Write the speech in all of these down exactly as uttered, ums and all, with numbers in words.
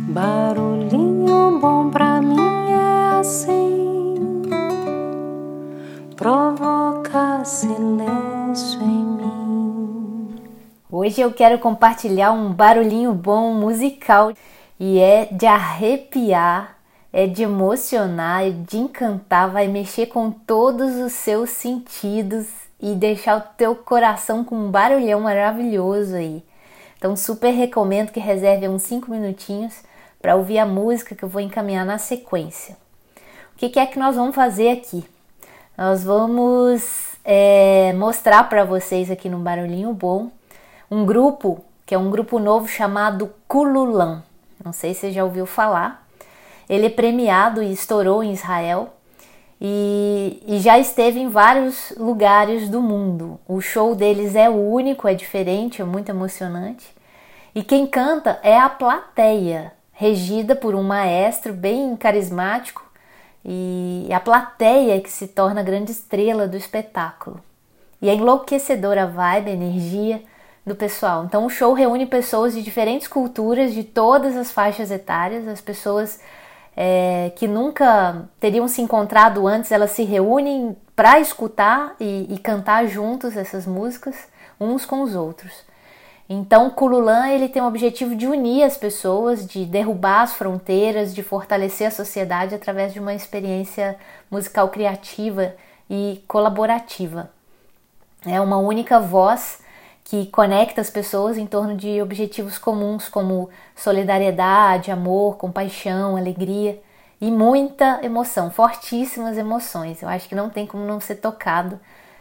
Barulhinho bom pra mim é assim, provoca silêncio em mim. Hoje eu quero compartilhar um barulhinho bom musical e é de arrepiar, é de emocionar, é de encantar, vai mexer com todos os seus sentidos e deixar o teu coração com um barulhão maravilhoso aí. Então super recomendo que reserve uns cinco minutinhos para ouvir a música que eu vou encaminhar na sequência. O que, que é que nós vamos fazer aqui? Nós vamos é, mostrar para vocês aqui no Barulhinho Bom um grupo, que é um grupo novo chamado Kululan. Não sei se você já ouviu falar. Ele é premiado e estourou em Israel e, e já esteve em vários lugares do mundo. O show deles é único, é diferente, é muito emocionante. E quem canta é a plateia, regida por um maestro bem carismático, e a plateia que se torna a grande estrela do espetáculo. E é enlouquecedora a vibe, a energia do pessoal. Então o show reúne pessoas de diferentes culturas, de todas as faixas etárias. As pessoas é, que nunca teriam se encontrado antes, elas se reúnem para escutar e, e cantar juntos essas músicas, uns com os outros. Então o Kululan, ele tem o objetivo de unir as pessoas, de derrubar as fronteiras, de fortalecer a sociedade através de uma experiência musical criativa e colaborativa. É uma única voz que conecta as pessoas em torno de objetivos comuns como solidariedade, amor, compaixão, alegria e muita emoção, fortíssimas emoções. Eu acho que não tem como não ser tocado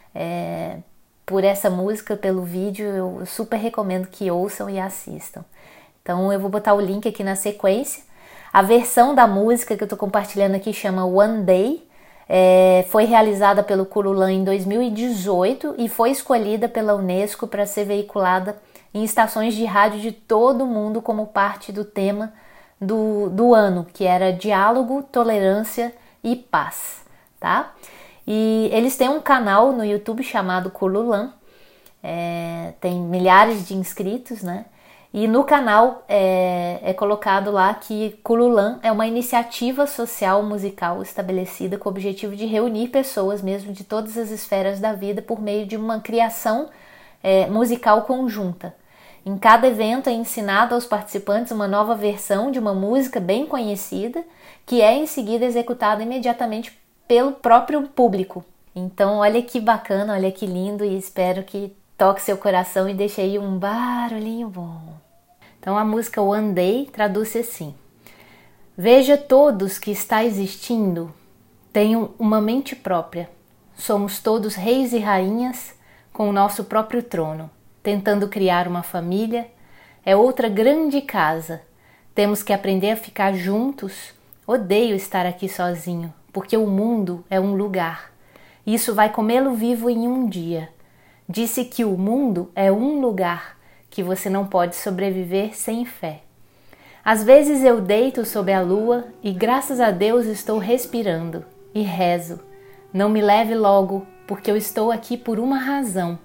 é, por essa música, pelo vídeo. Eu super recomendo que ouçam e assistam. Então eu vou botar o link aqui na sequência. A versão da música que eu estou compartilhando aqui chama One Day. É, foi realizada pelo Kululan em dois mil e dezoito e foi escolhida pela Unesco para ser veiculada em estações de rádio de todo o mundo como parte do tema do, do ano, que era Diálogo, Tolerância e Paz, tá? E eles têm um canal no YouTube chamado Kululan, é, tem milhares de inscritos, né? E no canal é, é colocado lá que Kululan é uma iniciativa social musical estabelecida com o objetivo de reunir pessoas mesmo de todas as esferas da vida por meio de uma criação é, musical conjunta. Em cada evento é ensinado aos participantes uma nova versão de uma música bem conhecida, que é em seguida executada imediatamente pelo próprio público. Então olha que bacana, olha que lindo, e espero que toque seu coração e deixe aí um barulhinho bom. Então a música One Day traduz-se assim: veja todos que está existindo, tenham uma mente própria. Somos todos reis e rainhas com o nosso próprio trono, tentando criar uma família. É outra grande casa. Temos que aprender a ficar juntos. Odeio estar aqui sozinho, porque o mundo é um lugar. Isso vai comê-lo vivo em um dia. Disse que o mundo é um lugar, que você não pode sobreviver sem fé. Às vezes eu deito sob a lua e graças a Deus estou respirando e rezo. Não me leve logo, porque eu estou aqui por uma razão.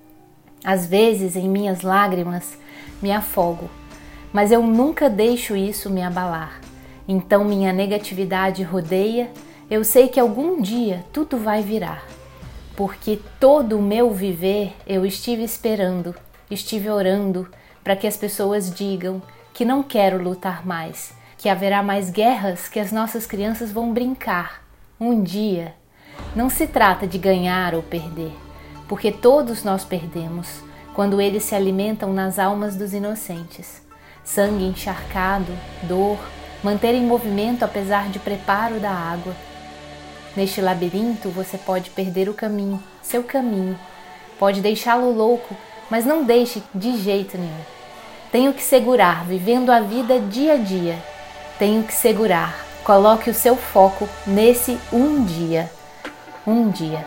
Às vezes em minhas lágrimas me afogo, mas eu nunca deixo isso me abalar. Então minha negatividade rodeia. Eu sei que algum dia tudo vai virar, porque todo o meu viver eu estive esperando, estive orando para que as pessoas digam que não quero lutar mais, que haverá mais guerras, que as nossas crianças vão brincar. Um dia. Não se trata de ganhar ou perder, porque todos nós perdemos quando eles se alimentam nas almas dos inocentes. Sangue encharcado, dor, manter em movimento apesar de preparo da água. Neste labirinto você pode perder o caminho, seu caminho. Pode deixá-lo louco, mas não deixe de jeito nenhum. Tenho que segurar, vivendo a vida dia a dia. Tenho que segurar. Coloque o seu foco nesse um dia. Um dia.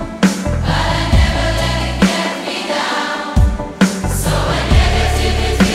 Negativity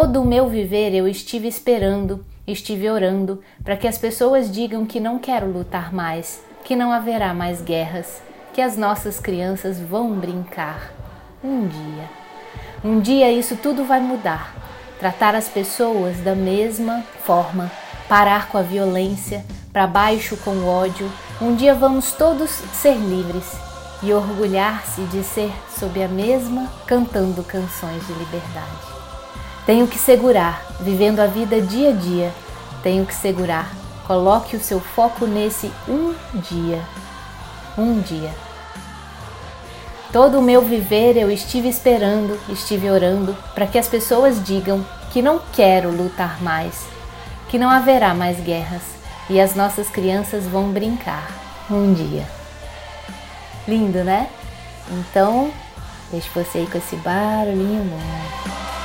Todo o meu viver eu estive esperando, estive orando para que as pessoas digam que não quero lutar mais, que não haverá mais guerras, que as nossas crianças vão brincar. Um dia, um dia isso tudo vai mudar. Tratar as pessoas da mesma forma, parar com a violência, para baixo com o ódio. Um dia vamos todos ser livres e orgulhar-se de ser sob a mesma, cantando canções de liberdade. Tenho que segurar, vivendo a vida dia a dia. Tenho que segurar, coloque o seu foco nesse um dia. Um dia. Todo o meu viver eu estive esperando, estive orando para que as pessoas digam que não quero lutar mais, que não haverá mais guerras e as nossas crianças vão brincar um dia. Lindo, né? Então, deixo você aí com esse barulhinho bom.